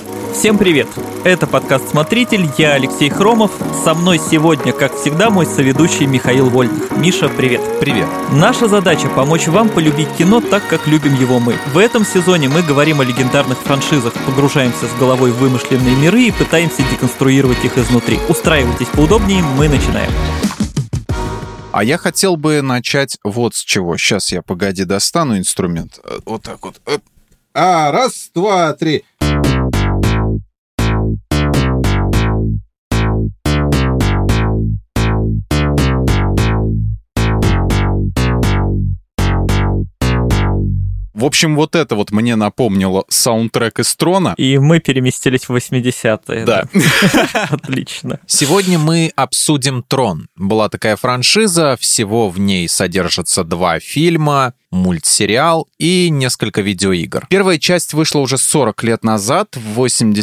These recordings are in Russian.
Всем привет! Это подкаст «Смотритель», я Алексей Хромов. Со мной сегодня, как всегда, мой соведущий Михаил Вольных. Миша, привет! Привет! Наша задача – помочь вам полюбить кино так, как любим его мы. В этом сезоне мы говорим о легендарных франшизах, погружаемся с головой в вымышленные миры и пытаемся деконструировать их изнутри. Устраивайтесь поудобнее, мы начинаем. А я хотел бы начать вот с чего. Сейчас я, достану инструмент. Вот так вот. Раз, два, три. В общем, вот это вот мне напомнило саундтрек из Трона. И мы переместились в 80-е. Да. Отлично. Сегодня мы обсудим Трон. Была такая франшиза, всего в ней содержатся 2 фильма, мультсериал и несколько видеоигр. Первая часть вышла уже 40 лет назад, в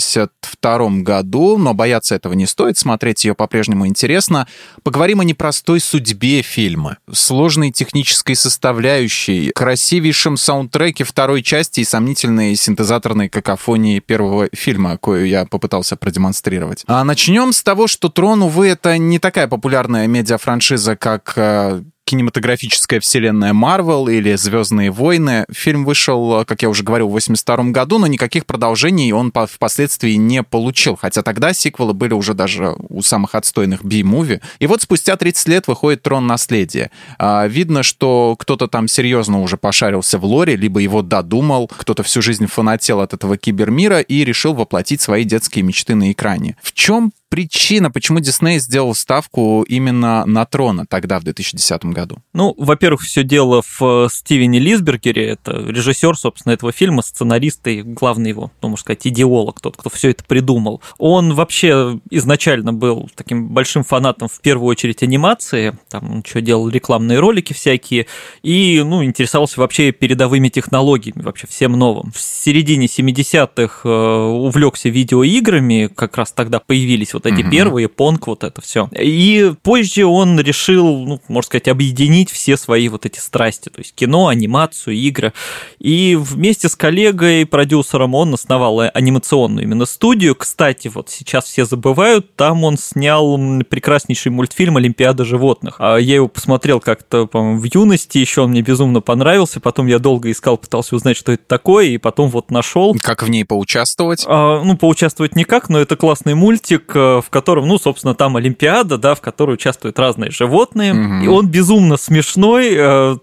82 году, но бояться этого не стоит, смотреть ее по-прежнему интересно. Поговорим о непростой судьбе фильма, сложной технической составляющей, красивейшем саундтреке второй части и сомнительной синтезаторной какофонии первого фильма, кою я попытался продемонстрировать. А начнем с того, что Трон, увы, это не такая популярная медиафраншиза, как кинематографическая вселенная Марвел или «Звездные войны». Фильм вышел, как я уже говорил, в 1982 году, но никаких продолжений он впоследствии не получил, хотя тогда сиквелы были уже даже у самых отстойных би-муви. И вот спустя 30 лет выходит «Трон. Наследие». Видно, что кто-то там серьезно уже пошарился в лоре, либо его додумал, кто-то всю жизнь фанател от этого кибермира и решил воплотить свои детские мечты на экране. В чем причина, почему Дисней сделал ставку именно на Трона тогда, в 2010 году? Ну, во-первых, все дело в Стивене Лисбергере. Это режиссер, собственно, этого фильма, сценарист и главный его, можно сказать, идеолог, тот, кто все это придумал. Он вообще изначально был таким большим фанатом, в первую очередь, анимации. Там он еще делал рекламные ролики всякие. И, интересовался вообще передовыми технологиями, вообще всем новым. В середине 70-х увлекся видеоиграми, как раз тогда появились вот эти первые, Понг, вот это все. И позже он решил, можно сказать, объединить все свои вот эти страсти, то есть кино, анимацию, игры. И вместе с коллегой, продюсером, он основал анимационную именно студию. Кстати, вот сейчас все забывают, там он снял прекраснейший мультфильм «Олимпиада животных». Я его посмотрел как-то, по-моему, в юности, еще он мне безумно понравился, потом я долго искал, пытался узнать, что это такое, и потом вот нашел. Как в ней поучаствовать? Поучаствовать никак, но это классный мультик, в котором, собственно, там Олимпиада, да, в которой участвуют разные животные, и он безумно смешной.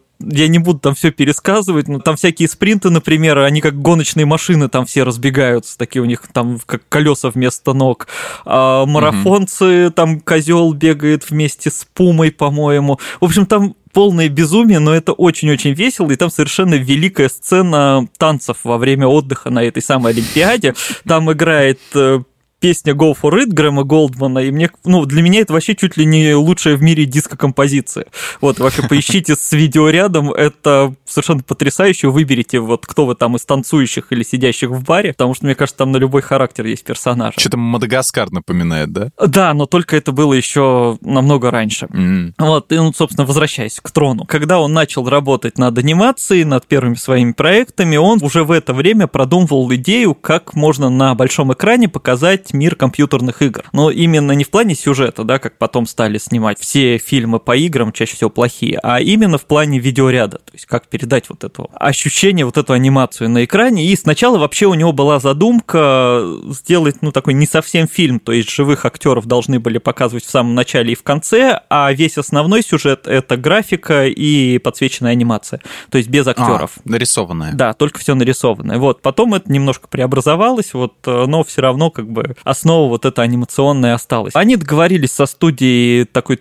Я не буду там все пересказывать, но там всякие спринты, например, они как гоночные машины там все разбегаются, такие у них там как колеса вместо ног. А марафонцы, там козел бегает вместе с пумой, по-моему. В общем, там полное безумие, но это очень-очень весело, и там совершенно великая сцена танцев во время отдыха на этой самой Олимпиаде. Там играет песня «Go for it» Грэма Голдмана, и для меня это вообще чуть ли не лучшая в мире диско-композиция. Вот, вообще, поищите с видеорядом, это совершенно потрясающе, выберите, вот, кто вы там из танцующих или сидящих в баре, потому что, мне кажется, там на любой характер есть персонаж. Что-то Мадагаскар напоминает, да? Да, но только это было еще намного раньше. Вот, и, собственно, возвращаясь к Трону. Когда он начал работать над анимацией, над первыми своими проектами, он уже в это время продумывал идею, как можно на большом экране показать мир компьютерных игр. Но именно не в плане сюжета, да, как потом стали снимать все фильмы по играм, чаще всего плохие, а именно в плане видеоряда, то есть как передать вот это ощущение, вот эту анимацию на экране. И сначала вообще у него была задумка сделать, такой не совсем фильм, то есть живых актеров должны были показывать в самом начале и в конце, а весь основной сюжет — это графика и подсвеченная анимация, то есть без актеров. Нарисованная. Да, только все нарисованное. Вот, потом это немножко преобразовалось, но все равно основа вот эта анимационная осталась. Они договорились со студией такой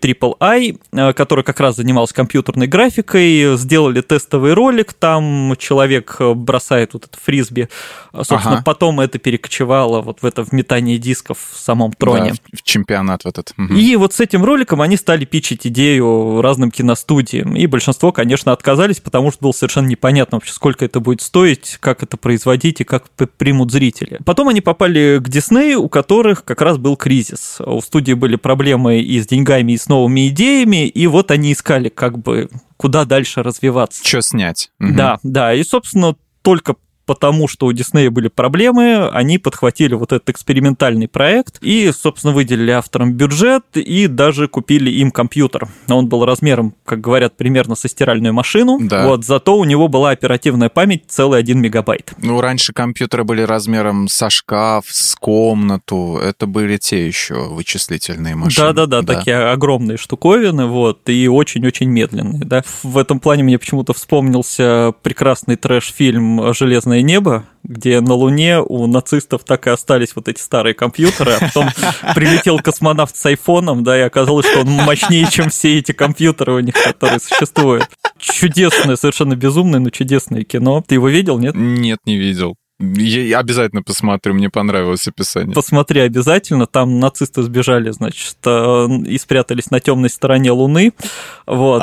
AAA, которая как раз занималась компьютерной графикой, сделали тестовый ролик, там человек бросает вот это фрисби, собственно, потом это перекочевало вот в метание дисков в самом Троне. Да, в чемпионат в этот. И вот с этим роликом они стали питчить идею разным киностудиям, и большинство, конечно, отказались, потому что было совершенно непонятно вообще, сколько это будет стоить, как это производить и как примут зрители. Потом они попали к Диснею, у которых как раз был кризис. У студии были проблемы и с деньгами, и с новыми идеями, и вот они искали куда дальше развиваться. Что снять. Да, и, собственно, только потому что у Диснея были проблемы, они подхватили вот этот экспериментальный проект и, собственно, выделили авторам бюджет и даже купили им компьютер. Он был размером, как говорят, примерно со стиральную машину. Да. Вот, зато у него была оперативная память целый 1 мегабайт. Ну, раньше компьютеры были размером со шкаф, с комнату. Это были те еще вычислительные машины. Да, такие огромные штуковины, вот, и очень-очень медленные, да. В этом плане мне почему-то вспомнился прекрасный трэш-фильм «Железное небо», где на Луне у нацистов так и остались вот эти старые компьютеры, а потом прилетел космонавт с айфоном, да, и оказалось, что он мощнее, чем все эти компьютеры у них, которые существуют. Чудесное, совершенно безумное, но чудесное кино. Ты его видел, нет? Нет, не видел. Я обязательно посмотрю, мне понравилось описание. Посмотри обязательно, там нацисты сбежали, значит, и спрятались на темной стороне Луны, вот,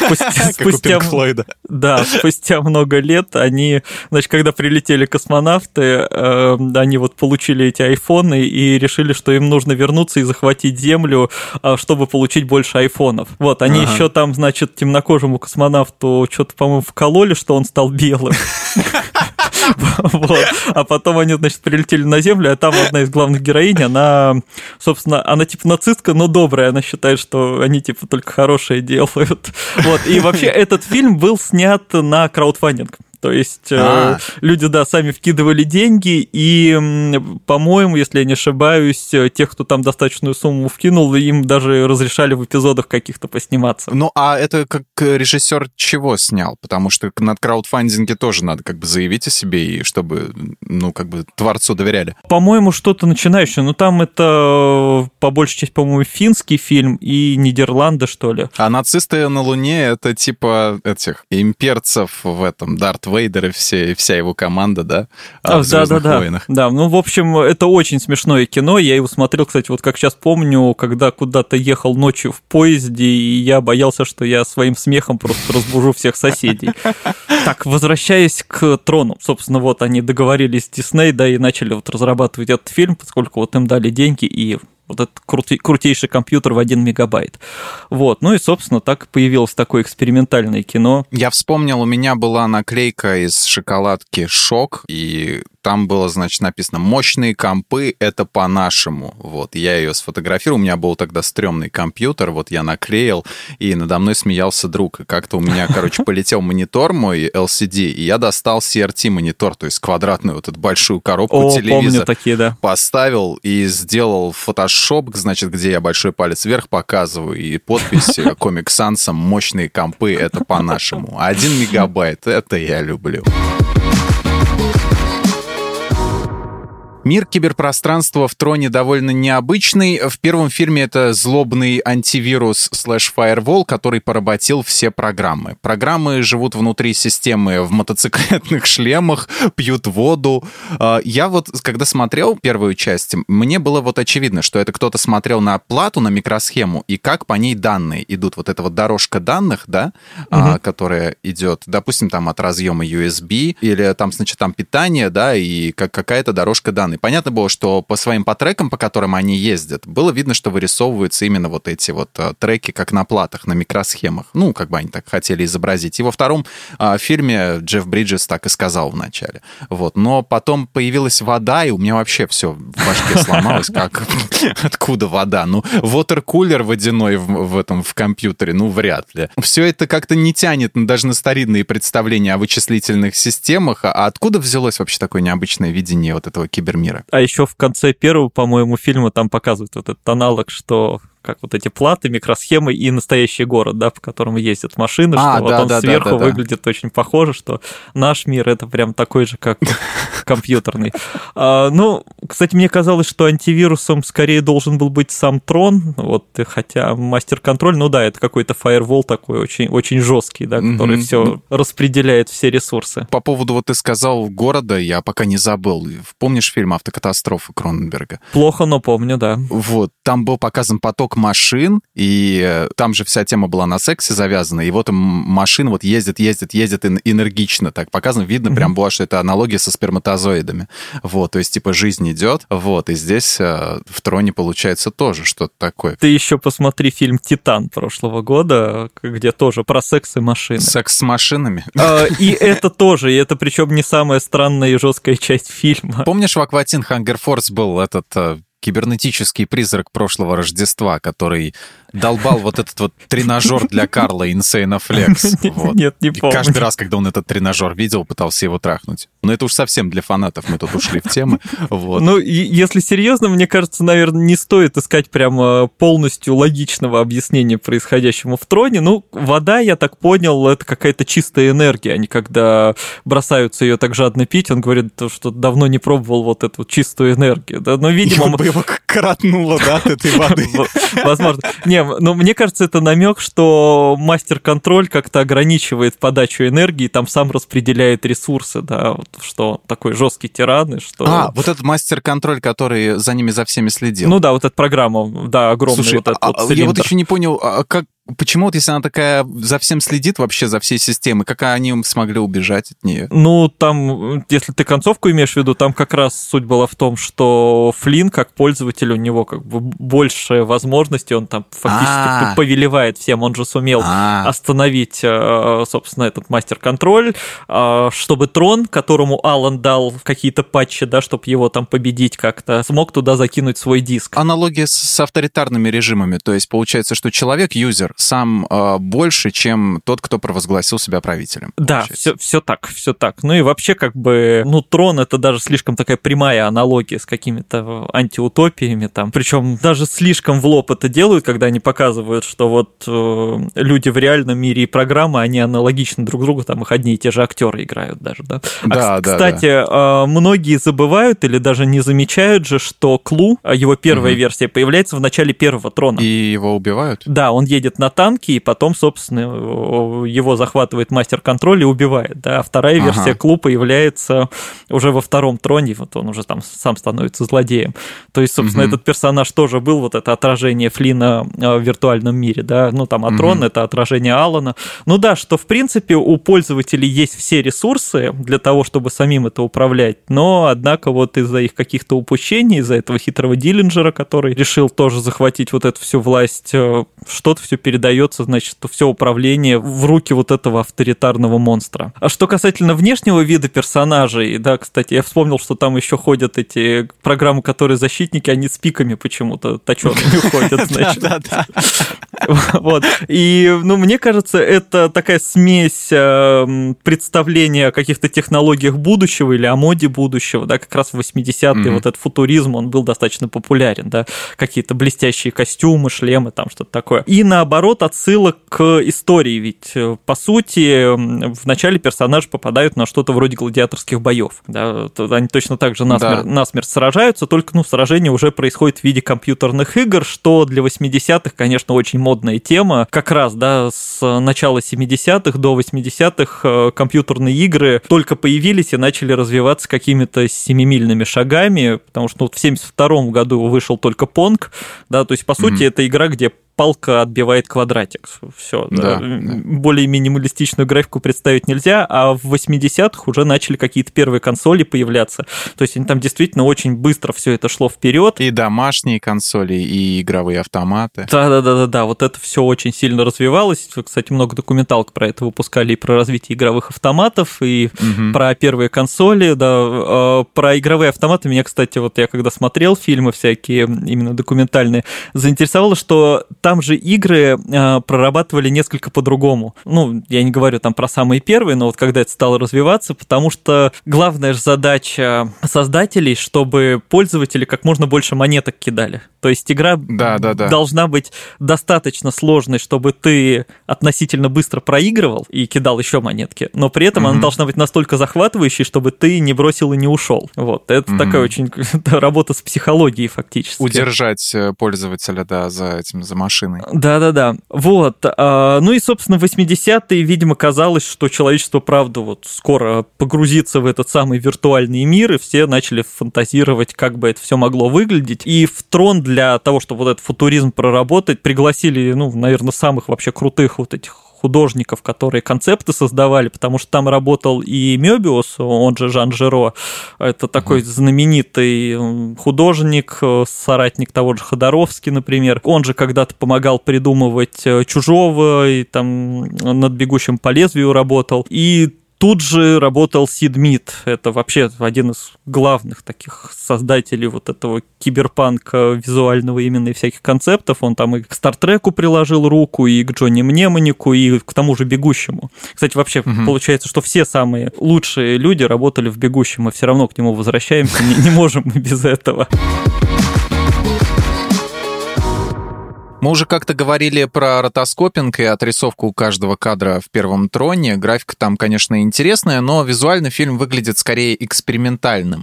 спустя много лет они, значит, когда прилетели космонавты, они вот получили эти айфоны и решили, что им нужно вернуться и захватить Землю, чтобы получить больше айфонов. Вот, они еще там, значит, темнокожему космонавту что-то, по-моему, вкололи, что он стал белым. Вот. А потом они, значит, прилетели на Землю, а там одна из главных героинь, она, собственно, она типа нацистка, но добрая, она считает, что они типа только хорошее делают. Вот. И вообще этот фильм был снят на краудфандинг. То есть люди, да, сами вкидывали деньги, и, по-моему, если я не ошибаюсь, тех, кто там достаточную сумму вкинул, им даже разрешали в эпизодах каких-то посниматься. Ну, а это как режиссер чего снял? Потому что на краудфандинге тоже надо как бы заявить о себе, и чтобы, ну, как бы творцу доверяли. По-моему, что-то начинающее, но там это, по большей части, по-моему, финский фильм и Нидерланды, что ли. А нацисты на Луне — это типа этих имперцев в этом, Дарт Вейдер и вся его команда, да? В «Звездных войнах». Да, ну, в общем, это очень смешное кино. Я его смотрел, кстати, вот как сейчас помню, когда куда-то ехал ночью в поезде, и я боялся, что я своим смехом просто разбужу всех соседей. Так, возвращаясь к «Трону». Собственно, вот они договорились с Дисней, да, и начали вот разрабатывать этот фильм, поскольку вот им дали деньги и вот этот крутейший компьютер в 1 мегабайт. Вот, ну и, собственно, так появилось такое экспериментальное кино. Я вспомнил, у меня была наклейка из шоколадки «Шок», и там было, значит, написано «Мощные компы — это по-нашему». Вот, я ее сфотографировал, у меня был тогда стрёмный компьютер, вот я наклеил, и надо мной смеялся друг. И как-то у меня, короче, полетел монитор мой LCD, и я достал CRT-монитор, то есть квадратную вот эту большую коробку телевизора. Помню такие, да. Поставил и сделал фотошоп, значит, где я большой палец вверх показываю, и подпись Comic Sans «Мощные компы — это по-нашему». 1 мегабайт — это я люблю. Мир киберпространства в «Троне» довольно необычный. В первом фильме это злобный антивирус /фаервол, который поработил все программы. Программы живут внутри системы в мотоциклетных шлемах, пьют воду. Я вот, когда смотрел первую часть, мне было вот очевидно, что это кто-то смотрел на плату, на микросхему, и как по ней данные идут. Вот эта вот дорожка данных, да, которая идет, допустим, там от разъема USB, или там, значит, там питание, да, и какая-то дорожка данных. Понятно было, что по своим трекам, по которым они ездят, было видно, что вырисовываются именно вот эти вот треки, как на платах, на микросхемах. Ну, как бы они так хотели изобразить. И во втором фильме Джефф Бриджес так и сказал вначале. Вот. Но потом появилась вода, и у меня вообще все в башке сломалось. Как? Откуда вода? Ну, water-кулер водяной в компьютере, ну, вряд ли. Все это как-то не тянет даже на старинные представления о вычислительных системах. А откуда взялось вообще такое необычное видение вот этого кибермира? А еще в конце первого, по-моему, фильма там показывают вот этот аналог, что как вот эти платы, микросхемы и настоящий город, да, по которому ездят машины, что вот он сверху выглядит очень похоже, что наш мир — это прям такой же, как компьютерный. Ну, кстати, мне казалось, что антивирусом скорее должен был быть сам Трон, вот, хотя мастер-контроль, ну да, это какой-то фаервол такой очень, очень жесткий, да, который все распределяет все ресурсы. По поводу, вот ты сказал, города, я пока не забыл. Помнишь фильм «Автокатастрофа» Кроненберга? Плохо, но помню, да. Вот, там был показан поток машин, и там же вся тема была на сексе завязана, и вот машина вот ездит энергично так показано, видно прям было, что это аналогия со сперматозоидами. Вот, то есть типа жизнь идет. идет. Вот, и здесь в Троне получается тоже что-то такое. Ты еще посмотри фильм «Титан» прошлого года, где тоже про секс и машины. Секс с машинами? И это тоже, и это причем не самая странная и жесткая часть фильма. Помнишь, в «Акватин Hunger Force» был этот кибернетический призрак прошлого Рождества, который долбал вот этот вот тренажер для Карла Insane Flex. Вот. Нет, не помню. И каждый раз, когда он этот тренажер видел, пытался его трахнуть. Но это уж совсем для фанатов, мы тут ушли в темы. Вот. Ну, если серьезно, мне кажется, наверное, не стоит искать прямо полностью логичного объяснения происходящему в Троне. Ну, вода, я так понял, это какая-то чистая энергия. Они когда бросаются ее так жадно пить, он говорит, что давно не пробовал вот эту чистую энергию. Да? Но, видимо, его коротнуло, да, от этой воды. Возможно. Не, но мне кажется, это намек, что мастер-контроль как-то ограничивает подачу энергии, там сам распределяет ресурсы, да, вот, что он такой жесткий тиран, и что... вот этот мастер-контроль, который за ними за всеми следил. Ну да, вот эта программа, да, огромный. Слушай, вот этот вот цилиндр. Я вот еще не понял, почему вот если она такая за всем следит вообще, за всей системой, как они смогли убежать от нее? Ну, там, если ты концовку имеешь в виду, там как раз суть была в том, что Флинн, как пользователь, у него как бы больше возможностей, он там фактически повелевает всем, он же сумел остановить, собственно, этот мастер-контроль, чтобы Трон, которому Алан дал какие-то патчи, да, чтобы его там победить как-то, смог туда закинуть свой диск. Аналогия с авторитарными режимами, то есть получается, что человек, юзер, сам больше, чем тот, кто провозгласил себя правителем. Да, все так. Ну и вообще, как бы, ну, Трон — это даже слишком такая прямая аналогия с какими-то антиутопиями там. Причем даже слишком в лоб это делают, когда они показывают, что вот люди в реальном мире и программы, они аналогичны друг другу, там их одни и те же актеры играют даже, да. Кстати, многие забывают или даже не замечают же, что Клу, его первая версия, появляется в начале первого Трона. И его убивают? Да, он едет на танке, и потом, собственно, его захватывает мастер-контроль и убивает, да. А вторая версия Клу появляется уже во втором Троне, вот он уже там сам становится злодеем. То есть, собственно, этот персонаж тоже был, вот это отражение Флина в виртуальном мире, да, ну, там, а Трон — это отражение Алана. Ну да, что, в принципе, у пользователей есть все ресурсы для того, чтобы самим это управлять, но, однако, вот из-за их каких-то упущений, из-за этого хитрого Диллинджера, который решил тоже захватить вот эту всю власть, что-то все передается, значит, все управление в руки вот этого авторитарного монстра. А что касательно внешнего вида персонажей, да, кстати, я вспомнил, что там еще ходят эти программы, которые защитники, они с пиками почему-то точёными ходят, значит. Да. Вот. И, ну, мне кажется, это такая смесь представления о каких-то технологиях будущего или о моде будущего, да, как раз в 80-е вот этот футуризм, он был достаточно популярен, да, какие-то блестящие костюмы, шлемы, там что-то такое. И наоборот, отсылок к истории, ведь, по сути, вначале персонажи попадают на что-то вроде гладиаторских боев, да, они точно так же насмерть сражаются, только, ну, сражение уже происходит в виде компьютерных игр, что для 80-х, конечно, очень модная тема. Как раз, да, с начала 70-х до 80-х компьютерные игры только появились и начали развиваться какими-то семимильными шагами, потому что вот в 72-м году вышел только Pong, да, то есть, по сути, это игра, где палка отбивает квадратик. Все. Да. Более минималистичную графику представить нельзя, а в 80-х уже начали какие-то первые консоли появляться. То есть они там действительно очень быстро все это шло вперед. И домашние консоли, и игровые автоматы. Да. Вот это все очень сильно развивалось. Кстати, много документалок про это выпускали, и про развитие игровых автоматов, и про первые консоли. Да. Про игровые автоматы меня, кстати, вот я когда смотрел фильмы всякие, именно документальные, заинтересовало, что там же игры прорабатывали несколько по-другому. Ну, я не говорю там про самые первые, но вот когда это стало развиваться, потому что главная же задача создателей, чтобы пользователи как можно больше монеток кидали. То есть игра должна быть достаточно сложной, чтобы ты относительно быстро проигрывал и кидал еще монетки, но при этом она должна быть настолько захватывающей, чтобы ты не бросил и не ушел. Вот. Это такая очень работа с психологией фактически. Удержать пользователя, да, за машиной. Да. Вот. Ну и, собственно, в 80-е, видимо, казалось, что человечество, правда, вот скоро погрузится в этот самый виртуальный мир, и все начали фантазировать, как бы это все могло выглядеть. И в Трон для того, чтобы вот этот футуризм проработать, пригласили, ну, наверное, самых вообще крутых вот этих художников, которые концепты создавали, потому что там работал и Мёбиус, он же Жан Жиро, это такой знаменитый художник, соратник того же Ходоровски, например. Он же когда-то помогал придумывать «Чужого», и там над «Бегущим по лезвию» работал. И тут же работал Сид Мид. Это вообще один из главных таких создателей вот этого киберпанка визуального именно и всяких концептов. Он там и к Стартреку приложил руку, и к Джонни Мнемонику, и к тому же «Бегущему». Кстати, вообще получается, что все самые лучшие люди работали в «Бегущем», мы все равно к нему возвращаемся, не можем мы без этого. Мы уже как-то говорили про ротоскопинг и отрисовку каждого кадра в «Первом троне». Графика там, конечно, интересная, но визуально фильм выглядит скорее экспериментальным.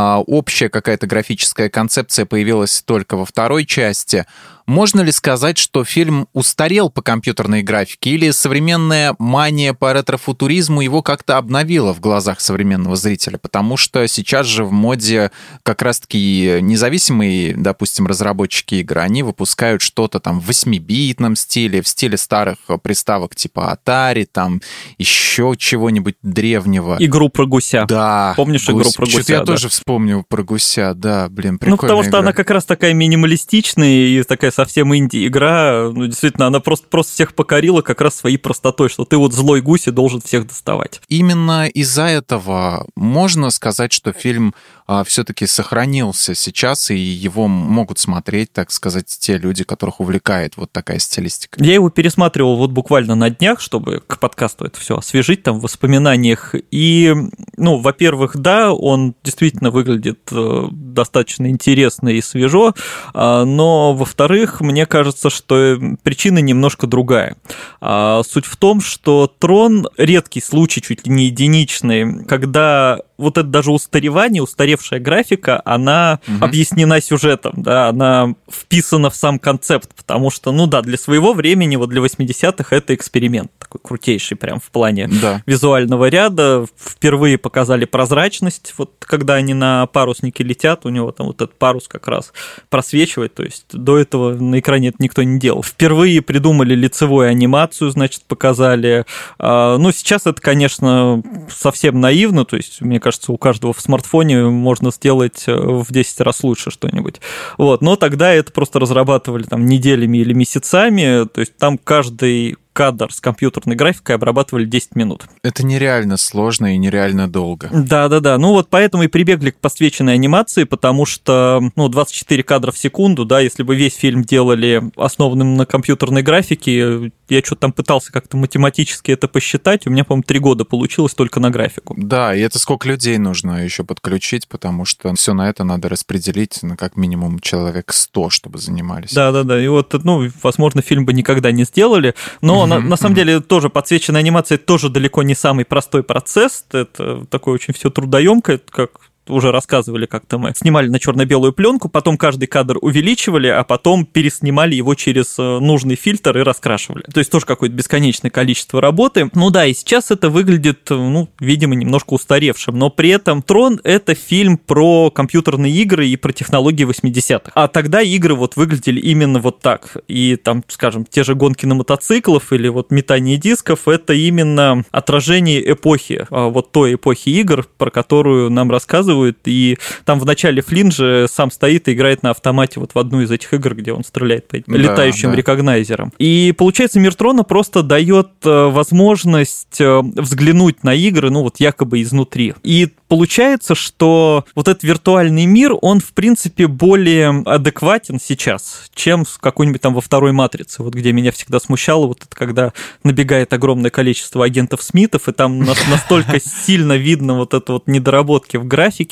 Общая какая-то графическая концепция появилась только во второй части. Можно ли сказать, что фильм устарел по компьютерной графике, или современная мания по ретрофутуризму его как-то обновила в глазах современного зрителя? Потому что сейчас же в моде как раз-таки независимые, допустим, разработчики игр, они выпускают что-то там в 8-битном стиле, в стиле старых приставок типа Atari, там еще чего-нибудь древнего. Игру про гуся. Да. Помнишь игру про гуся? Что-то я тоже вспомнил про гуся, да, блин, прикольная Ну, потому что игра. она как раз такая минималистичная и такая совсем инди-игра. Ну, действительно, она просто всех покорила как раз своей простотой, что ты вот злой гусь и должен всех доставать. Именно из-за этого можно сказать, что фильм все-таки сохранился сейчас, и его могут смотреть, так сказать, те люди, которых увлекает вот такая стилистика. Я его пересматривал вот буквально на днях, чтобы к подкасту это все освежить там в воспоминаниях. И, ну, во-первых, да, он действительно выглядит достаточно интересно и свежо, но, во-вторых, мне кажется, что причина немножко другая. Суть в том, что «Трон» — редкий случай, чуть ли не единичный, когда вот это даже устаревшая графика, она объяснена сюжетом, да, она вписана в сам концепт, потому что, ну да, для своего времени, вот для 80-х это эксперимент такой крутейший прям в плане визуального ряда. Впервые показали прозрачность, вот когда они на паруснике летят, у него там вот этот парус как раз просвечивает, то есть до этого на экране это никто не делал. Впервые придумали лицевую анимацию, значит, показали. Ну, сейчас это, конечно, совсем наивно, то есть, мне кажется, у каждого в смартфоне можно сделать в 10 раз лучше что-нибудь. Вот. Но тогда это просто разрабатывали там неделями или месяцами, то есть там каждый кадр с компьютерной графикой обрабатывали 10 минут. Это нереально сложно и нереально долго. Да-да-да, ну вот поэтому и прибегли к подсвеченной анимации, потому что, ну, 24 кадра в секунду, да, если бы весь фильм делали основанным на компьютерной графике, я что-то там пытался как-то математически это посчитать, у меня, по-моему, 3 года получилось только на графику. Да, и это сколько людей нужно еще подключить, потому что все на это надо распределить на как минимум человек 100, чтобы занимались. Да-да-да, и вот, ну, возможно, фильм бы никогда не сделали, но на самом деле тоже подсвеченная анимация тоже далеко не самый простой процесс, это такое очень все трудоемкое, как уже рассказывали как-то мы, снимали на черно-белую пленку, потом каждый кадр увеличивали, а потом переснимали его через нужный фильтр и раскрашивали. То есть тоже какое-то бесконечное количество работы. Ну да, и сейчас это выглядит, ну, видимо, немножко устаревшим, но при этом «Трон» — это фильм про компьютерные игры и про технологии 80-х. А тогда игры вот выглядели именно вот так. И там, скажем, те же гонки на мотоциклах или вот метание дисков — это именно отражение эпохи, вот той эпохи игр, про которую нам рассказывают. И там в начале Флинн же сам стоит и играет на автомате вот в одну из этих игр, где он стреляет по летающим рекогнайзерам. И получается, «Мир Трона» просто дает возможность взглянуть на игры, ну вот якобы изнутри. И получается, что вот этот виртуальный мир, он, в принципе, более адекватен сейчас, чем какой-нибудь там во второй «Матрице», вот где меня всегда смущало, вот это когда набегает огромное количество агентов Смитов, и там настолько сильно видно вот это вот недоработки в графике,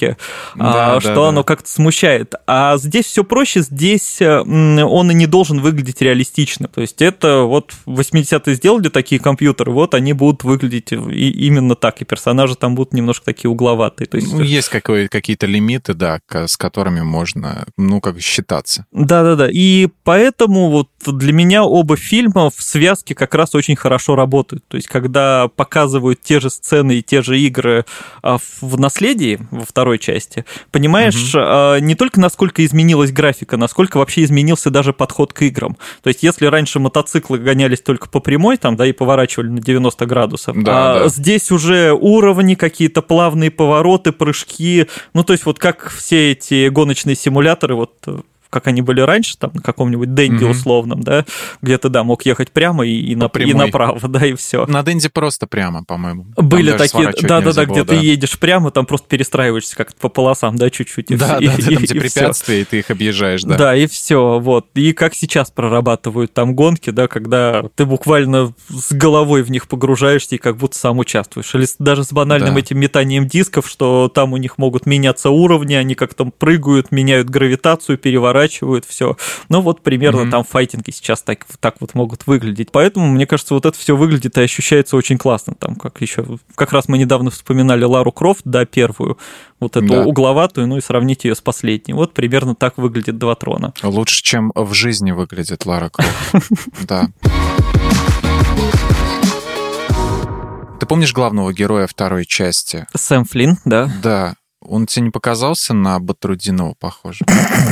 что оно как-то смущает. А здесь все проще, здесь он и не должен выглядеть реалистично. То есть это вот в 80-е сделали такие компьютеры, вот они будут выглядеть именно так, и персонажи там будут немножко такие угловатые. То есть, есть какие-то лимиты, да, с которыми можно, ну, как считаться. Да-да-да. И поэтому вот для меня оба фильма в связке как раз очень хорошо работают. То есть когда показывают те же сцены и те же игры в «Наследии», во второй второй части. Понимаешь, не только насколько изменилась графика, насколько вообще изменился даже подход к играм. То есть, если раньше мотоциклы гонялись только по прямой, там, да, и поворачивали на 90 градусов, здесь уже уровни, какие-то плавные повороты, прыжки, ну, то есть, вот как все эти гоночные симуляторы, вот как они были раньше, там, на каком-нибудь Денди условном, да, где-то, да, мог ехать прямо и направо, да, и все. На Денди просто прямо, по-моему. Были такие, да-да-да, где ты едешь прямо, там просто перестраиваешься как-то по полосам, да, чуть-чуть. Да, там где препятствия, и ты их объезжаешь, да. Да, и все, вот. И как сейчас прорабатывают там гонки, да, когда ты буквально с головой в них погружаешься и как будто сам участвуешь. Или даже с банальным этим метанием дисков, что там у них могут меняться уровни, они как-то прыгают, меняют гравитацию, переворачивают, все. Ну вот примерно там файтинги сейчас так вот могут выглядеть. Поэтому, мне кажется, вот это все выглядит и ощущается очень классно. Там как раз мы недавно вспоминали Лару Крофт, да, первую, вот эту угловатую, ну и сравнить ее с последней. Вот примерно так выглядит «Два трона». Лучше, чем в жизни выглядит Лара Крофт. Да. Ты помнишь главного героя второй части? Сэм Флинн, да. Да. Он тебе не показался на Батрутдинова похожим?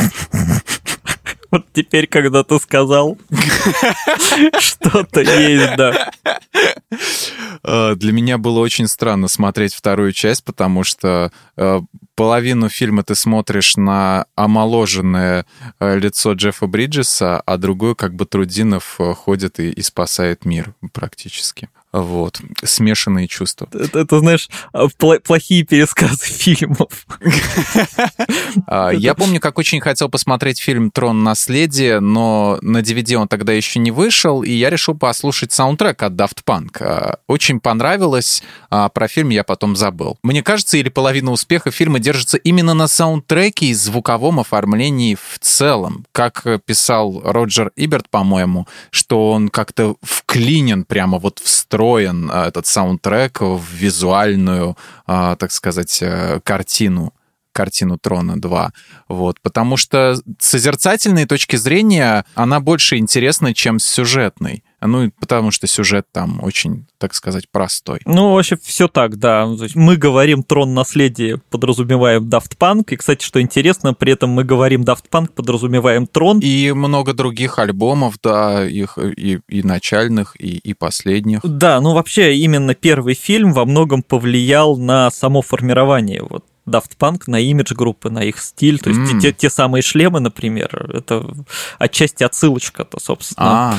Вот теперь, когда ты сказал, что-то есть, да. Для меня было очень странно смотреть вторую часть, потому что половину фильма ты смотришь на омоложенное лицо Джеффа Бриджеса, а другую, как Батрутдинов ходит и спасает мир практически. Вот. Смешанные чувства. Это, знаешь, плохие пересказы фильмов. Я помню, как очень хотел посмотреть фильм «Трон. Наследие», но на DVD он тогда еще не вышел, и я решил послушать саундтрек от Daft Punk. Очень понравилось. Про фильм я потом забыл. Мне кажется, или половина успеха фильма держится именно на саундтреке и звуковом оформлении в целом. Как писал Роджер Иберт, по-моему, что он как-то вклинен прямо вот в строй, этот саундтрек в визуальную, так сказать, картину «Трона 2». Вот. Потому что с созерцательной точки зрения она больше интересна, чем с сюжетной. Ну, потому что сюжет там очень, так сказать, простой. Ну, вообще, все так, да. Мы говорим «Трон. Наследие», подразумеваем Daft Punk. И, кстати, что интересно, при этом мы говорим Daft Punk, подразумеваем «Трон». И много других альбомов, да, их и начальных, и последних. Да, ну, вообще, именно первый фильм во многом повлиял на само формирование вот Daft Punk, на имидж группы, на их стиль. То есть те самые шлемы, например, это отчасти отсылочка-то, собственно,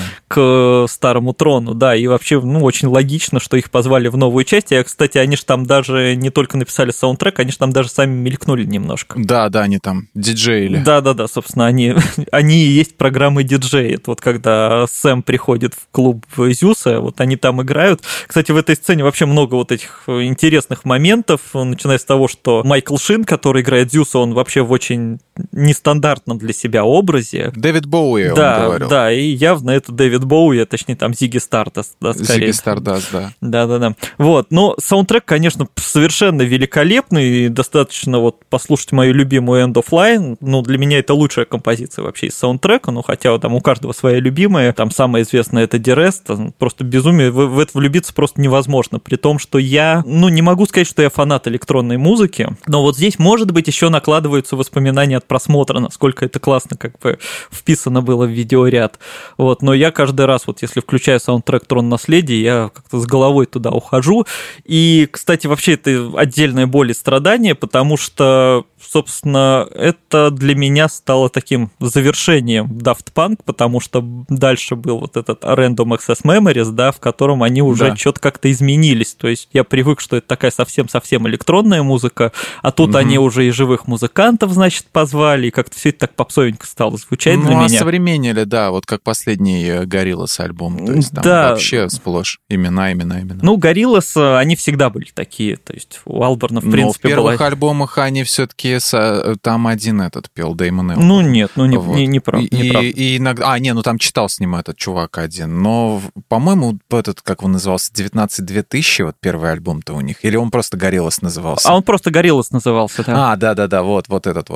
к старому трону, да, и вообще, ну, очень логично, что их позвали в новую часть. И, кстати, они же там даже не только написали саундтрек, они же там даже сами мелькнули немножко. Да, они там диджеили. Да, собственно, они и есть программы диджеи. Это вот когда Сэм приходит в клуб Зюса, вот они там играют. Кстати, в этой сцене вообще много вот этих интересных моментов, начиная с того, что Майкл Шин, который играет Зюса, он вообще в очень нестандартном для себя образе. Дэвид Боуи, он говорил. Да, и явно это Дэвид Боуи, точнее, там Зигги Стардаст, да, скорее. Зигги Стардаст, да. Да. Вот, но саундтрек, конечно, совершенно великолепный, и достаточно вот послушать мою любимую End of Line, ну, для меня это лучшая композиция вообще из саундтрека, ну, хотя там у каждого своя любимая, там самая известная это Дирес, просто безумие, в это влюбиться просто невозможно, при том, что я, ну, не могу сказать, что я фанат электронной музыки, но вот здесь, может быть, еще накладываются воспоминания от просмотра, насколько это классно как бы вписано было в видеоряд. Вот, но я каждый раз, вот если включаю саундтрек «Трон. Наследие», я как-то с головой туда ухожу. И, кстати, вообще это отдельная боль и страдание, потому что, собственно, это для меня стало таким завершением Daft Punk, потому что дальше был вот этот Random Access Memories, да, в котором они уже что-то как-то изменились. То есть я привык, что это такая совсем-совсем электронная музыка, а тут они уже и живых музыкантов, значит, позвали, и как-то все это так попсовенько стало звучать для меня. Осовременили, да, вот как последний Gorillaz альбом, то есть там вообще сплошь имена. Ну, Gorillaz, они всегда были такие, то есть у Алборна, в принципе, но в первых альбомах они все-таки там один этот пел, Дэймон Эллен. Ну, нет, не прав. И иногда... там читал с ним этот чувак один, но, по-моему, этот, как он назывался, 19-2000, вот первый альбом-то у них, или он просто Gorillaz назывался? А он просто Gorillaz назывался, да. Да, вот этот вот. Нет,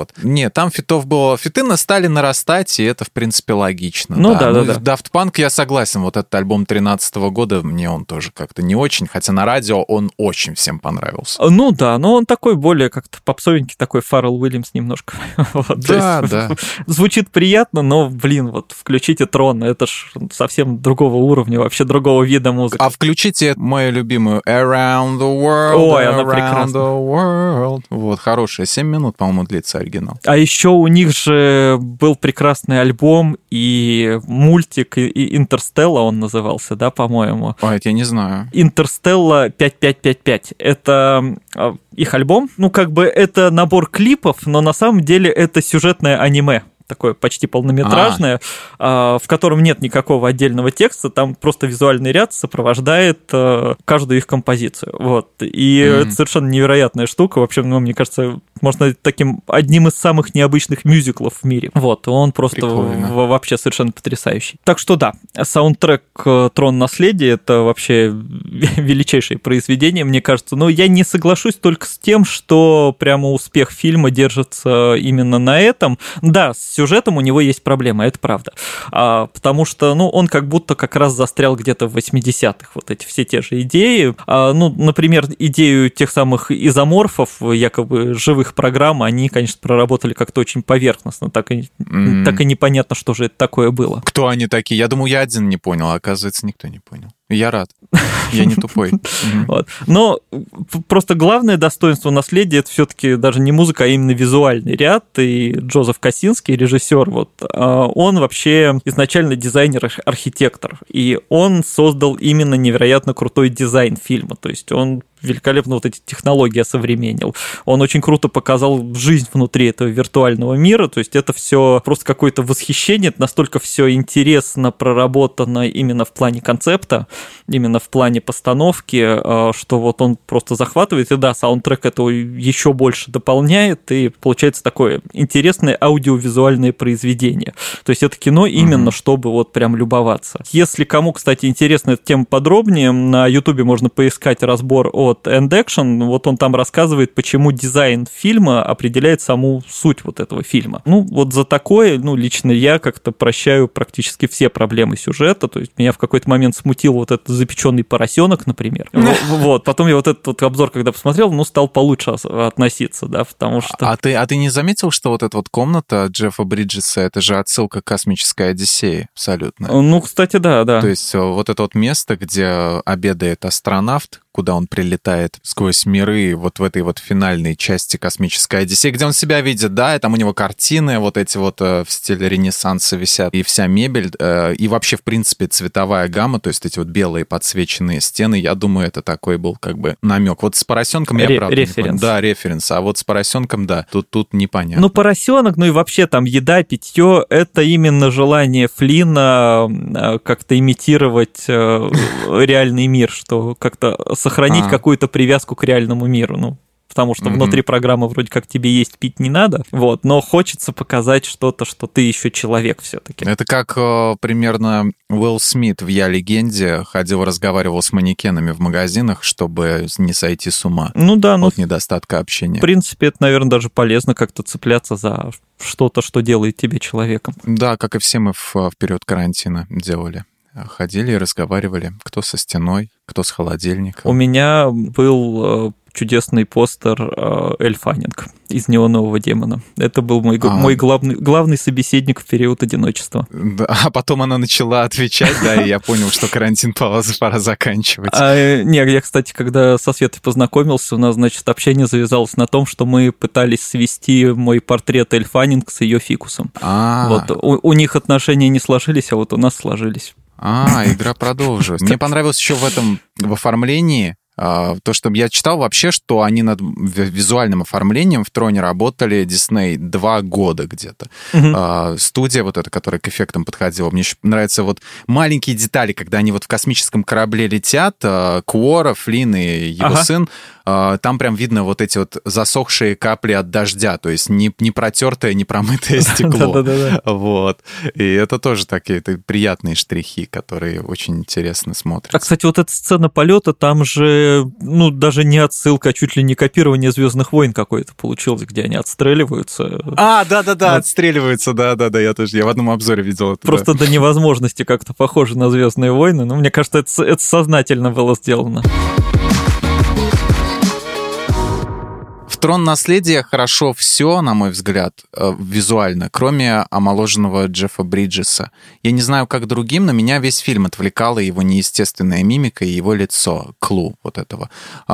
Нет, там фитов было... Фиты стали нарастать, и это, в принципе, логично. Ну да. да. Daft Punk, я согласен, вот этот альбом 2013 года, мне он тоже как-то не очень, хотя на радио он очень всем понравился. Ну да, но он такой более как-то попсовенький, такой Фаррелл Уильямс немножко. Вот, да. Звучит приятно, но, блин, вот включите Трон, это ж совсем другого уровня, вообще другого вида музыки. А включите мою любимую Around the World. Ой, она прекрасна. The World. Вот, хорошая, 7 минут, по-моему, длится оригинал. А еще у них же был прекрасный альбом и мультик, и Интерстелла он назывался, да, по-моему? А, это я не знаю. Интерстелла 5555. Это их альбом. Ну, как бы это набор клипов, но на самом деле это сюжетное аниме. Такое почти полнометражное, в котором нет никакого отдельного текста, там просто визуальный ряд сопровождает каждую их композицию. Вот. И это совершенно невероятная штука. Вообще, ну, мне кажется, можно назвать таким одним из самых необычных мюзиклов в мире. Вот. Он просто вообще совершенно потрясающий. Так что да, саундтрек «Трон. Наследие» — это вообще величайшее произведение, мне кажется. Но я не соглашусь только с тем, что прямо успех фильма держится именно на этом. Да, с сюжетом у него есть проблема, это правда. Потому что, ну, он как будто как раз застрял где-то в 80-х, вот эти все те же идеи. Ну, например, идею тех самых изоморфов, якобы живых программ, они, конечно, проработали как-то очень поверхностно, так и непонятно, что же это такое было. Кто они такие? Я думаю, я один не понял, а оказывается, никто не понял. Я рад. Я не тупой. Вот. Но просто главное достоинство «Наследия» — это все-таки даже не музыка, а именно визуальный ряд. И Джозеф Косинский, режиссер, вот, он вообще изначально дизайнер-архитектор. И он создал именно невероятно крутой дизайн фильма. То есть он великолепно вот эти технологии осовременил. Он очень круто показал жизнь внутри этого виртуального мира, то есть это все просто какое-то восхищение, это настолько все интересно проработано именно в плане концепта, именно в плане постановки, что вот он просто захватывает, и да, саундтрек этого еще больше дополняет, и получается такое интересное аудиовизуальное произведение. То есть это кино именно, чтобы вот прям любоваться. Если кому, кстати, интересна эта тема подробнее, на Ютубе можно поискать разбор от End Action, вот он там рассказывает, почему дизайн фильма определяет саму суть вот этого фильма. Ну, вот за такое, ну, лично я как-то прощаю практически все проблемы сюжета, то есть меня в какой-то момент смутил вот этот запеченный поросенок, например. Вот, потом я вот этот вот обзор, когда посмотрел, ну, стал получше относиться, да, потому что... А ты не заметил, что вот эта вот комната Джеффа Бриджеса, это же отсылка к «Космической Одиссее» абсолютно? Ну, кстати, да. То есть вот это вот место, где обедает астронавт, куда он прилетает сквозь миры, вот в этой вот финальной части «Космической Одиссеи», где он себя видит, да, и там у него картины вот эти вот в стиле Ренессанса висят, и вся мебель, и вообще, в принципе, цветовая гамма, то есть эти вот белые подсвеченные стены, я думаю, это такой был как бы намек. Вот с поросенком я правда не понял. Да, референс, а вот с поросенком, да, тут непонятно. Ну, поросенок, ну и вообще там еда, питье, это именно желание Флина как-то имитировать реальный мир, что как-то сохранить какую-то привязку к реальному миру, ну, потому что внутри программы вроде как тебе есть пить не надо, вот, но хочется показать что-то, что ты еще человек все-таки. Это как примерно Уилл Смит в «Я легенде» ходил, разговаривал с манекенами в магазинах, чтобы не сойти с ума. Ну да, от недостатка общения. В принципе, это, наверное, даже полезно как-то цепляться за что-то, что делает тебя человеком. Да, как и все мы в период карантина делали. Ходили и разговаривали, кто со стеной, кто с холодильником. У меня был чудесный постер Эль Фаннинг из «Неонового демона». Это был мой главный собеседник в период одиночества. Да, а потом она начала отвечать, да, и я понял, что карантин пора заканчивать. Я, кстати, когда со Светой познакомился, у нас, значит, общение завязалось на том, что мы пытались свести мой портрет Эль Фаннинг с ее фикусом. Вот, у них отношения не сложились, а вот у нас сложились. Игра продолжилась. Мне понравилось еще в оформлении то, что я читал вообще, что они над визуальным оформлением в «Троне» работали Дисней 2 года где-то. Студия вот эта, которая к эффектам подходила. Мне еще нравятся вот маленькие детали, когда они вот в космическом корабле летят, Куора, Флинн и его сын, там прям видно вот эти вот засохшие капли от дождя, то есть не протертое, не промытое стекло. Вот. И это тоже такие приятные штрихи, которые очень интересно смотрятся. А, кстати, вот эта сцена полета, там же, даже не отсылка, а чуть ли не копирование «Звездных войн» какое-то получилось, где они отстреливаются. Да, отстреливаются, да, я в одном обзоре видел это. Просто до невозможности как-то похоже на «Звездные войны», но мне кажется, это сознательно было сделано. В «Трон наследия» хорошо все, на мой взгляд, визуально, кроме омоложенного Джеффа Бриджеса. Я не знаю, как другим, но меня весь фильм отвлекала его неестественная мимика и его лицо, Клу вот этого.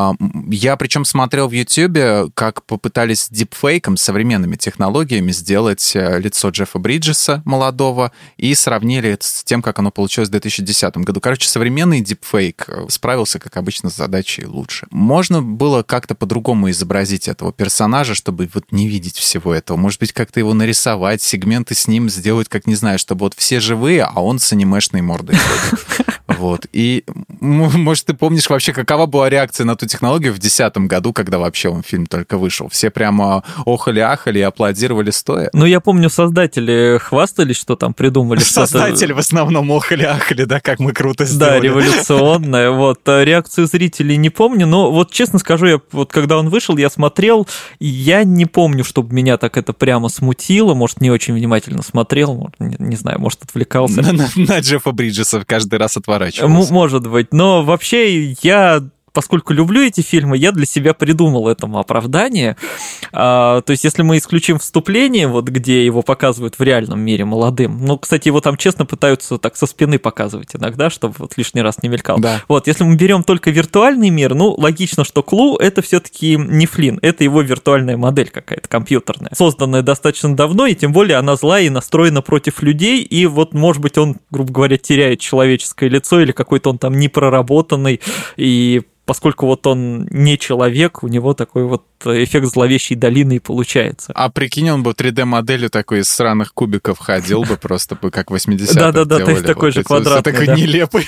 Я причем смотрел в Ютьюбе, как попытались дипфейком, современными технологиями сделать лицо Джеффа Бриджеса молодого и сравнили это с тем, как оно получилось в 2010 году. Короче, современный дипфейк справился, как обычно, с задачей лучше. Можно было как-то по-другому изобразить этого персонажа, чтобы вот не видеть всего этого. Может быть, как-то его нарисовать, сегменты с ним сделать, как, не знаю, чтобы вот все живые, а он с анимешной мордой ходит. Вот. И, может, ты помнишь вообще, какова была реакция на ту технологию в 2010 году, когда вообще фильм только вышел? Все прямо охали-ахали и аплодировали стоя? Я помню, создатели хвастались, что там придумали что-то... Создатели в основном охали-ахали, да, как мы круто сделали. Да, революционное. Вот. Реакцию зрителей не помню, но вот честно скажу, когда он вышел, я смотрел, я не помню, чтобы меня так это прямо смутило, может, не очень внимательно смотрел, не знаю, может, отвлекался. На Джеффа Бриджеса каждый раз отворачивался. Может быть, но вообще поскольку люблю эти фильмы, я для себя придумал этому оправдание. То есть, если мы исключим вступление, вот где его показывают в реальном мире молодым, кстати, его там честно пытаются так со спины показывать иногда, чтобы вот лишний раз не мелькал. Да. Вот, если мы берем только виртуальный мир, логично, что Клу — это все-таки не Флинн, это его виртуальная модель какая-то компьютерная, созданная достаточно давно, и тем более она злая и настроена против людей, и вот, может быть, он, грубо говоря, теряет человеческое лицо, или какой-то он там непроработанный, и поскольку вот он не человек, у него такой вот эффект зловещей долины и получается. А прикинь, он бы 3D-моделью такой из сраных кубиков ходил бы просто, как 80-е Да, то есть такой же квадратный. Такой нелепый.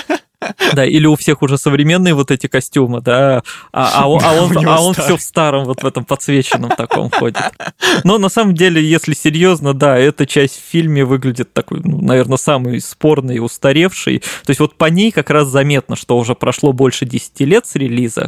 Да, или у всех уже современные вот эти костюмы, да, а он все в старом, вот в этом подсвеченном таком ходит. Но на самом деле, если серьезно, да, эта часть в фильме выглядит такой, наверное, самый спорный и устаревший. То есть вот по ней как раз заметно, что уже прошло больше 10 лет с релиза,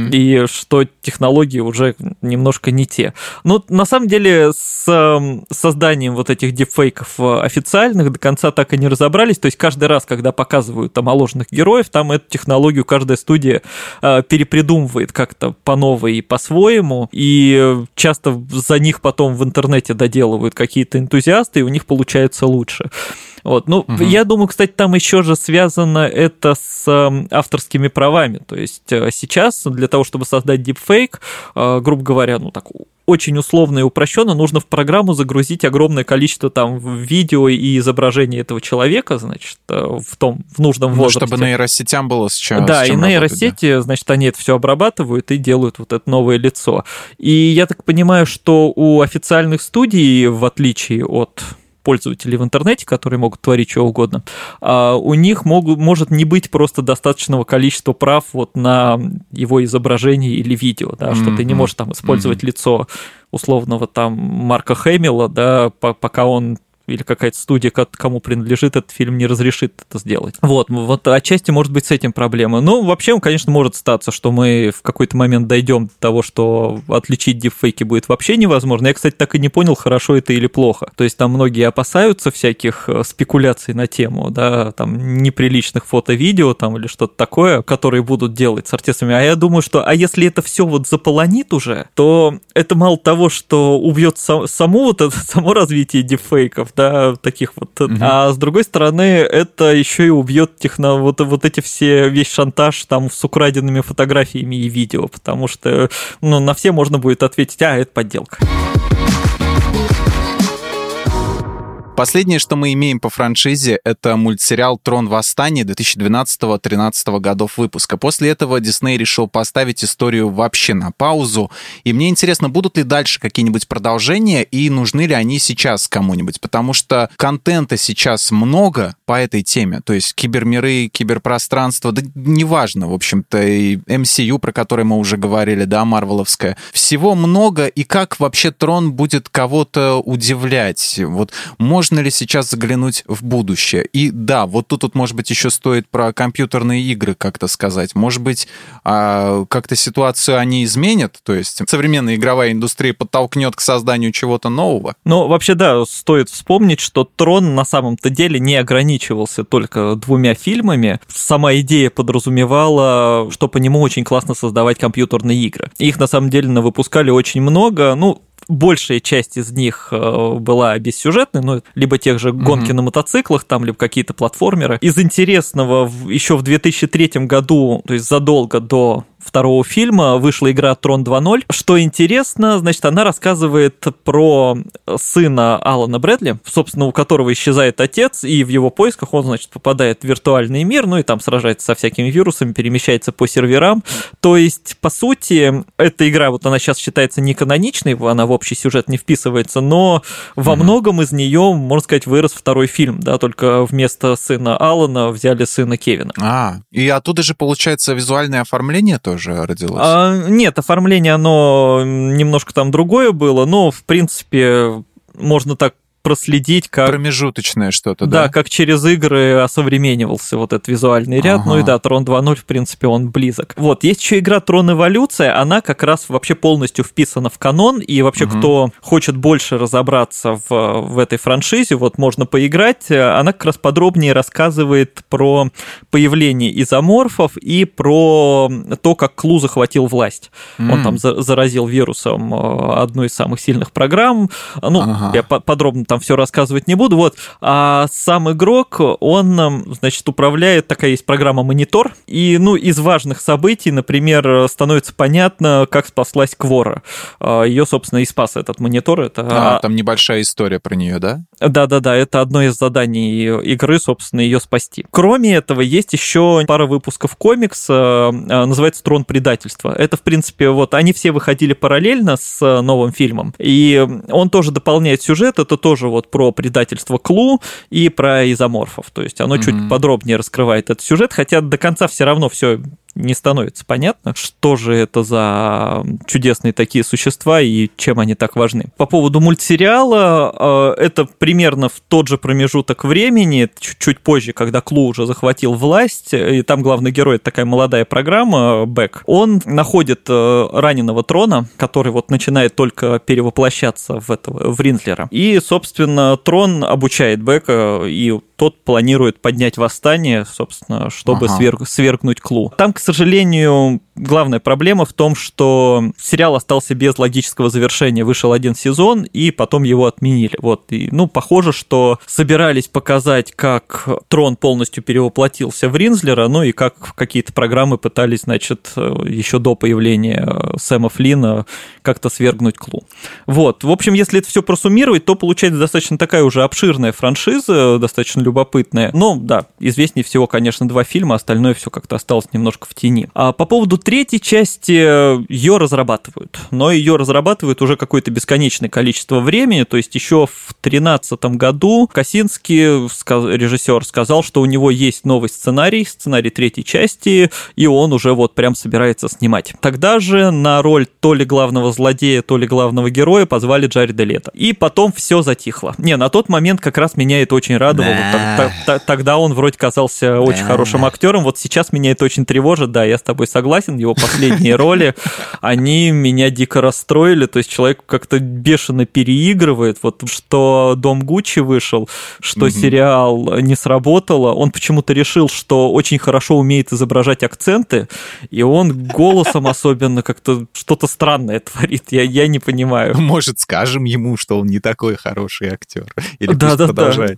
и что технологии уже немножко не те. Но на самом деле с созданием вот этих дипфейков официальных до конца так и не разобрались. То есть каждый раз, когда показывают омоложенных героев, там эту технологию каждая студия перепридумывает как-то по новой и по-своему, и часто за них потом в интернете доделывают какие-то энтузиасты, и у них получается лучше. Вот. Я думаю, кстати, там еще же связано это с авторскими правами. То есть сейчас для того, чтобы создать дипфейк, грубо говоря, очень условно и упрощенно, нужно в программу загрузить огромное количество там видео и изображений этого человека, значит, в нужном возрасте. Чтобы нейросетям было с чем Да, и нейросети, работать, да? Значит, они это все обрабатывают и делают вот это новое лицо. И я так понимаю, что у официальных студий, в отличие от пользователей в интернете, которые могут творить что угодно, у них может не быть просто достаточного количества прав вот на его изображение или видео, да, что ты не можешь там использовать лицо условного там Марка Хэмилла, да, пока он или какая-то студия, кому принадлежит этот фильм, не разрешит это сделать. Вот отчасти может быть с этим проблема. Вообще, конечно, может статься, что мы в какой-то момент дойдем до того, что отличить дипфейки будет вообще невозможно. Я, кстати, так и не понял, хорошо это или плохо. То есть там многие опасаются всяких спекуляций на тему, да, там неприличных фото-видео там или что-то такое, которые будут делать с артистами. А я думаю, что если это все вот заполонит уже, то это мало того, что убьет само развитие дипфейков, да, таких вот. А с другой стороны, это еще и убьет вот эти весь шантаж там с украденными фотографиями и видео, потому что на все можно будет ответить: это подделка. Последнее, что мы имеем по франшизе, это мультсериал «Трон Восстания» 2012-2013 годов выпуска. После этого Дисней решил поставить историю вообще на паузу. И мне интересно, будут ли дальше какие-нибудь продолжения и нужны ли они сейчас кому-нибудь? Потому что контента сейчас много, по этой теме. То есть кибермиры, киберпространство, да неважно, в общем-то, и MCU, про который мы уже говорили, да, марвеловская. Всего много, и как вообще Трон будет кого-то удивлять? Вот можно ли сейчас заглянуть в будущее? И да, вот тут, может быть, еще стоит про компьютерные игры как-то сказать. Может быть, как-то ситуацию они изменят? То есть современная игровая индустрия подтолкнет к созданию чего-то нового? Ну, вообще, да, стоит вспомнить, что Трон на самом-то деле не ограничивался только 2 фильмами. Сама идея подразумевала, что по нему очень классно создавать компьютерные игры. Их, на самом деле, выпускали очень много, большая часть из них была бессюжетной, либо тех же гонки на мотоциклах, там, либо какие-то платформеры. Из интересного, еще в 2003 году, то есть задолго до 2 фильма, вышла игра Трон 2.0. Что интересно, значит, она рассказывает про сына Алана Брэдли, собственно, у которого исчезает отец, и в его поисках он, значит, попадает в виртуальный мир, и там сражается со всякими вирусами, перемещается по серверам. То есть, по сути, эта игра, вот она сейчас считается не каноничной, она в общий сюжет не вписывается, но во многом из нее, можно сказать, вырос 2 фильм, да, только вместо сына Алана взяли сына Кевина. И оттуда же, получается, визуальное оформление тоже родилось? Нет, оформление, оно немножко там другое было, но, в принципе, можно так проследить, как... Промежуточное что-то, да? Да, как через игры осовременивался вот этот визуальный ряд. Ну и да, Трон 2.0, в принципе, он близок. Вот, есть еще игра Трон Эволюция, она как раз вообще полностью вписана в канон, и вообще, кто хочет больше разобраться в этой франшизе, вот можно поиграть, она как раз подробнее рассказывает про появление изоморфов и про то, как Клу захватил власть. Он там заразил вирусом одну из самых сильных программ. Я подробно там все рассказывать не буду. Вот. А сам игрок, он, значит, управляет, такая есть программа «Монитор», и, из важных событий, например, становится понятно, как спаслась Квора. Ее, собственно, и спас этот монитор. Там небольшая история про нее, да? Да, это одно из заданий игры, собственно, ее спасти. Кроме этого, есть еще пара выпусков комикса, называется «Трон предательства». Это, в принципе, вот они все выходили параллельно с новым фильмом, и он тоже дополняет сюжет, это тоже вот про предательство Клу и про изоморфов, то есть оно чуть подробнее раскрывает этот сюжет, хотя до конца все равно все не становится понятно, что же это за чудесные такие существа и чем они так важны. По поводу мультсериала, это примерно в тот же промежуток времени, чуть позже, когда Клу уже захватил власть, и там главный герой, это такая молодая программа, Бэк, он находит раненого Трона, который вот начинает только перевоплощаться в Ринслера, и, собственно, Трон обучает Бэка, и тот планирует поднять восстание, собственно, чтобы свергнуть Клу. Там, к сожалению, главная проблема в том, что сериал остался без логического завершения. Вышел 1 сезон, и потом его отменили. Вот. И, похоже, что собирались показать, как Трон полностью перевоплотился в Ринслера, и как какие-то программы пытались, значит, еще до появления Сэма Флина как-то свергнуть Клу. Вот. В общем, если это все просуммировать, то получается достаточно такая уже обширная франшиза, достаточно любопытная. Но, да, известнее всего, конечно, 2 фильма, остальное все как-то осталось немножко в тени. А по поводу 3-й части, ее разрабатывают, но ее разрабатывают уже какое-то бесконечное количество времени, то есть еще в 2013 году Косинский, режиссер, сказал, что у него есть новый сценарий 3-й части, и он уже вот прям собирается снимать. Тогда же на роль то ли главного злодея, то ли главного героя позвали Джареда Лето. И потом все затихло. На тот момент как раз меня это очень радовало. Тогда он вроде казался очень хорошим актером. Вот сейчас меня это очень тревожит, да, я с тобой согласен, его последние роли, они меня дико расстроили, то есть человек как-то бешено переигрывает, вот что «Дом Гуччи» вышел, что сериал не сработало, он почему-то решил, что очень хорошо умеет изображать акценты, и он голосом особенно как-то что-то странное творит, я не понимаю. Может, скажем ему, что он не такой хороший актер? Или пусть продолжает?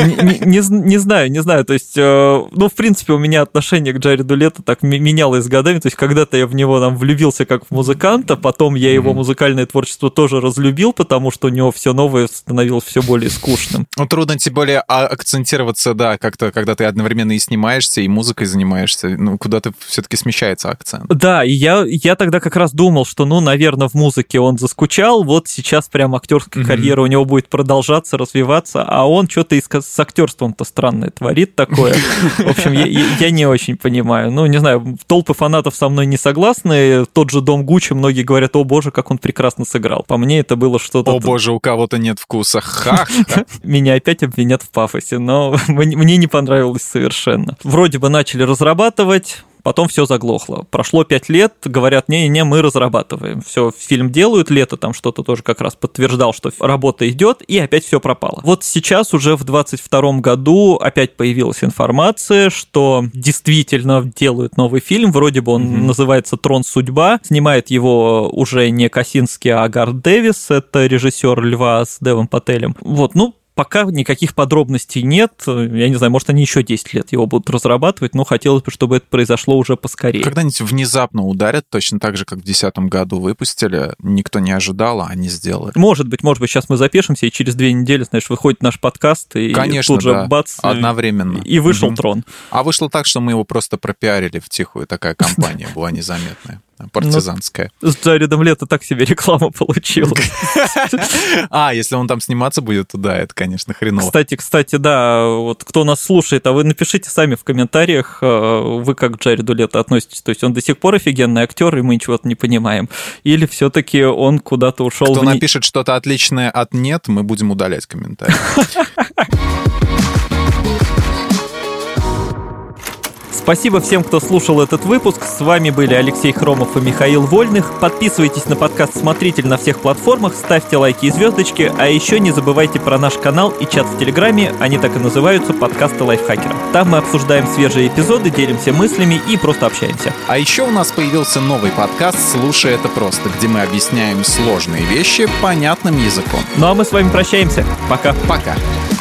Не знаю, то есть, в принципе, у меня отношение к Джареду Лето так менялось с годами, То есть когда-то я в него там влюбился как в музыканта, потом я его музыкальное творчество тоже разлюбил, потому что у него все новое становилось все более скучным. Ну, трудно тем более акцентироваться, да, как-то, когда ты одновременно и снимаешься, и музыкой занимаешься, ну, куда-то все-таки смещается акцент. Да, и я тогда как раз думал, что, ну, наверное, в музыке он заскучал, вот сейчас прям актерская карьера у него будет продолжаться, развиваться, а он что-то с актерством-то странное творит такое. В общем, я не очень понимаю. Ну, не знаю, толпы фанатов со мной не согласны. Тот же Дом Гуччи, многие говорят: о боже, как он прекрасно сыграл. По мне это было что-то... О боже, у кого-то нет вкуса. Меня опять обвинят в пафосе, но мне не понравилось совершенно. Вроде бы начали разрабатывать, потом все заглохло. Прошло 5 лет, говорят: не-не-не, мы разрабатываем. Все, фильм делают, Лето там что-то тоже как раз подтверждал, что работа идет, и опять все пропало. Вот сейчас уже в 2022 году опять появилась информация, что действительно делают новый фильм, вроде бы он называется «Трон. Судьба». Снимает его уже не Косинский, а Гарт Дэвис, это режиссер «Льва» с Девом Пателем. Вот, ну, пока никаких подробностей нет. Я не знаю, может, они еще 10 лет его будут разрабатывать, но хотелось бы, чтобы это произошло уже поскорее. Когда-нибудь внезапно ударят, точно так же, как в 2010 году выпустили, никто не ожидал, а они сделали. Может быть, сейчас мы запишемся, и через 2 недели, знаешь, выходит наш подкаст, и конечно, тут же да, бац, одновременно. И вышел «Трон». А вышло так, что мы его просто пропиарили втихую, такая компания была незаметная. Партизанская. Ну, с Джаредом Лето так себе реклама получилась. Если он там сниматься будет, то да, это, конечно, хреново. Кстати, да, вот кто нас слушает, а вы напишите сами в комментариях, вы как к Джареду Лето относитесь. То есть он до сих пор офигенный актер, и мы ничего-то не понимаем. Или все-таки он куда-то ушел. Кто напишет что-то отличное от «нет», мы будем удалять комментарии. Спасибо всем, кто слушал этот выпуск. С вами были Алексей Хромов и Михаил Вольных. Подписывайтесь на подкаст «Смотритель» на всех платформах, ставьте лайки и звездочки, а еще не забывайте про наш канал и чат в Телеграме, они так и называются «Подкасты лайфхакера». Там мы обсуждаем свежие эпизоды, делимся мыслями и просто общаемся. А еще у нас появился новый подкаст «Слушай это просто», где мы объясняем сложные вещи понятным языком. Ну а мы с вами прощаемся. Пока. Пока.